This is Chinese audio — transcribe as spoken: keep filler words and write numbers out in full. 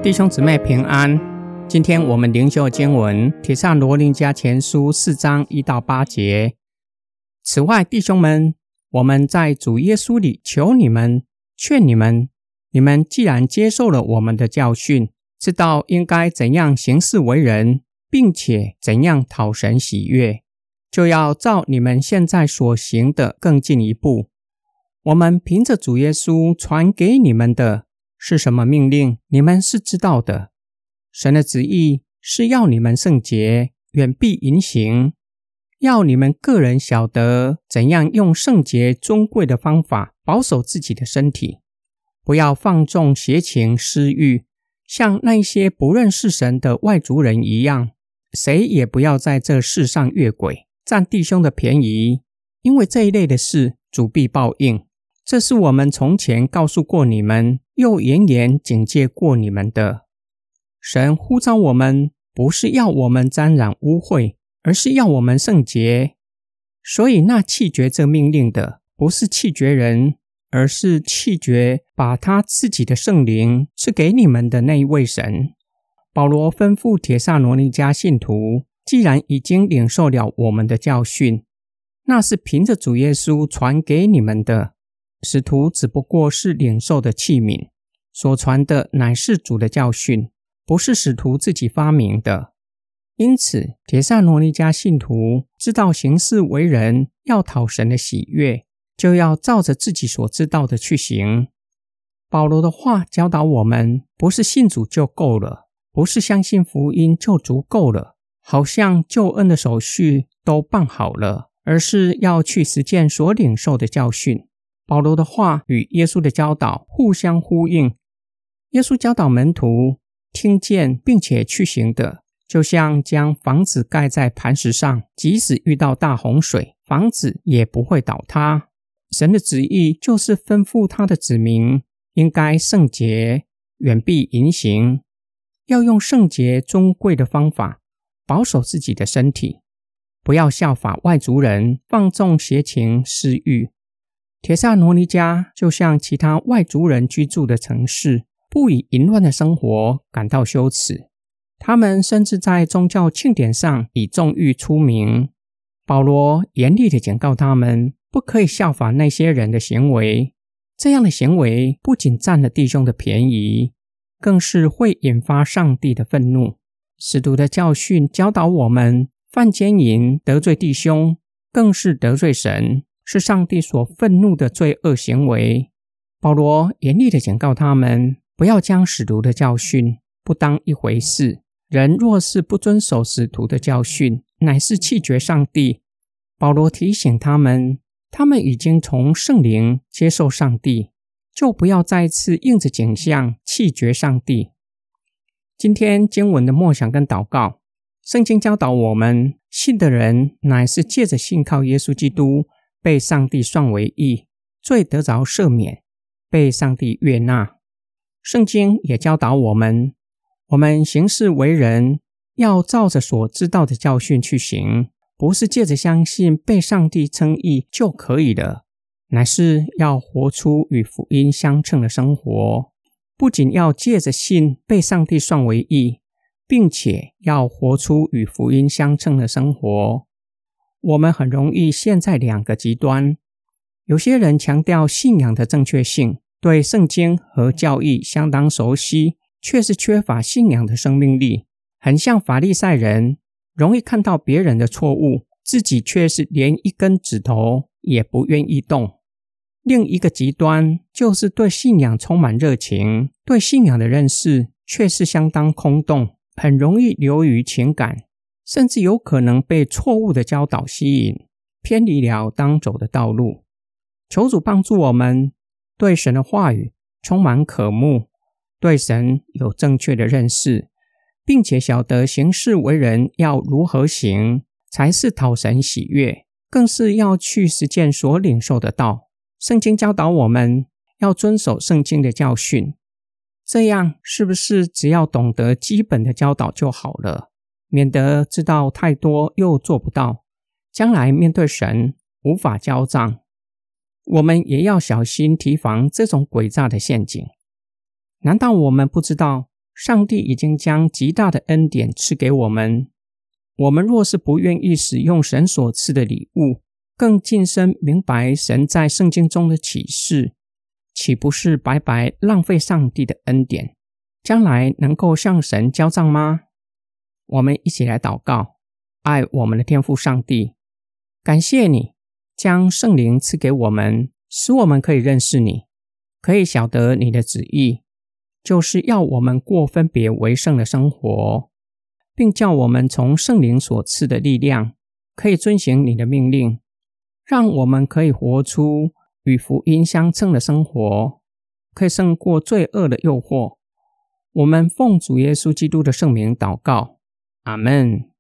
弟兄姊妹平安，今天我们灵修经文帖撒罗尼迦前书四章一到八节。此外，弟兄们，我们在主耶稣里求你们，劝你们，你们既然接受了我们的教训，知道应该怎样行事为人，并且怎样讨神喜悦，就要照你们现在所行的更进一步。我们凭着主耶稣传给你们的是什么命令，你们是知道的。神的旨意是要你们圣洁，远避淫行，要你们个人晓得怎样用圣洁尊贵的方法保守自己的身体，不要放纵邪情私欲，像那些不认识神的外族人一样。谁也不要在这世上越轨，占弟兄的便宜，因为这一类的事主必报应。这是我们从前告诉过你们，又严严警戒过你们的。神呼召我们，不是要我们沾染污秽，而是要我们圣洁。所以那弃绝这命令的，不是弃绝人，而是弃绝把他自己的圣灵赐给你们的那一位神。保罗吩咐帖撒罗尼迦信徒，既然已经领受了我们的教训，那是凭着主耶稣传给你们的。使徒只不过是领受的器皿，所传的乃是主的教训，不是使徒自己发明的。因此，帖撒罗尼迦信徒知道行事为人要讨神的喜悦，就要照着自己所知道的去行。保罗的话教导我们，不是信主就够了，不是相信福音就足够了，好像救恩的手续都办好了，而是要去实践所领受的教训。保罗的话与耶稣的教导互相呼应。耶稣教导门徒听见并且去行的，就像将房子盖在磐石上，即使遇到大洪水，房子也不会倒塌。神的旨意就是吩咐他的子民应该圣洁，远避淫行，要用圣洁尊贵的方法保守自己的身体，不要效法外族人放纵邪情私欲。帖撒罗尼迦就像其他外族人居住的城市，不以淫乱的生活感到羞耻。他们甚至在宗教庆典上以纵欲出名。保罗严厉地警告他们，不可以效法那些人的行为。这样的行为不仅占了弟兄的便宜，更是会引发上帝的愤怒。使徒的教训教导我们，犯奸淫得罪弟兄，更是得罪神，是上帝所愤怒的罪恶行为。保罗严厉地警告他们，不要将使徒的教训不当一回事。人若是不遵守使徒的教训，乃是弃绝上帝。保罗提醒他们，他们已经从圣灵接受上帝，就不要再次应着景象弃绝上帝。今天经文的默想跟祷告，圣经教导我们，信的人乃是借着信靠耶稣基督被上帝算为义，罪得着赦免，被上帝悦纳。圣经也教导我们，我们行事为人要照着所知道的教训去行，不是借着相信被上帝称义就可以了，乃是要活出与福音相称的生活。不仅要借着信被上帝算为义，并且要活出与福音相称的生活。我们很容易陷在两个极端，有些人强调信仰的正确性，对圣经和教义相当熟悉，却是缺乏信仰的生命力，很像法利赛人，容易看到别人的错误，自己却是连一根指头也不愿意动。另一个极端就是对信仰充满热情，对信仰的认识却是相当空洞，很容易流于情感，甚至有可能被错误的教导吸引，偏离了当走的道路。求主帮助我们对神的话语充满渴慕，对神有正确的认识，并且晓得行事为人要如何行才是讨神喜悦，更是要去实践所领受的道。圣经教导我们要遵守圣经的教训，这样是不是只要懂得基本的教导就好了，免得知道太多又做不到，将来面对神无法交账。我们也要小心提防这种诡诈的陷阱。难道我们不知道上帝已经将极大的恩典赐给我们，我们若是不愿意使用神所赐的礼物，更近身明白神在圣经中的启示，岂不是白白浪费上帝的恩典，将来能够向神交账吗？我们一起来祷告。爱我们的天父上帝，感谢你将圣灵赐给我们，使我们可以认识你，可以晓得你的旨意，就是要我们过分别为圣的生活，并叫我们从圣灵所赐的力量，可以遵行你的命令，让我们可以活出与福音相称的生活，可以胜过罪恶的诱惑。我们奉主耶稣基督的圣名祷告，阿们。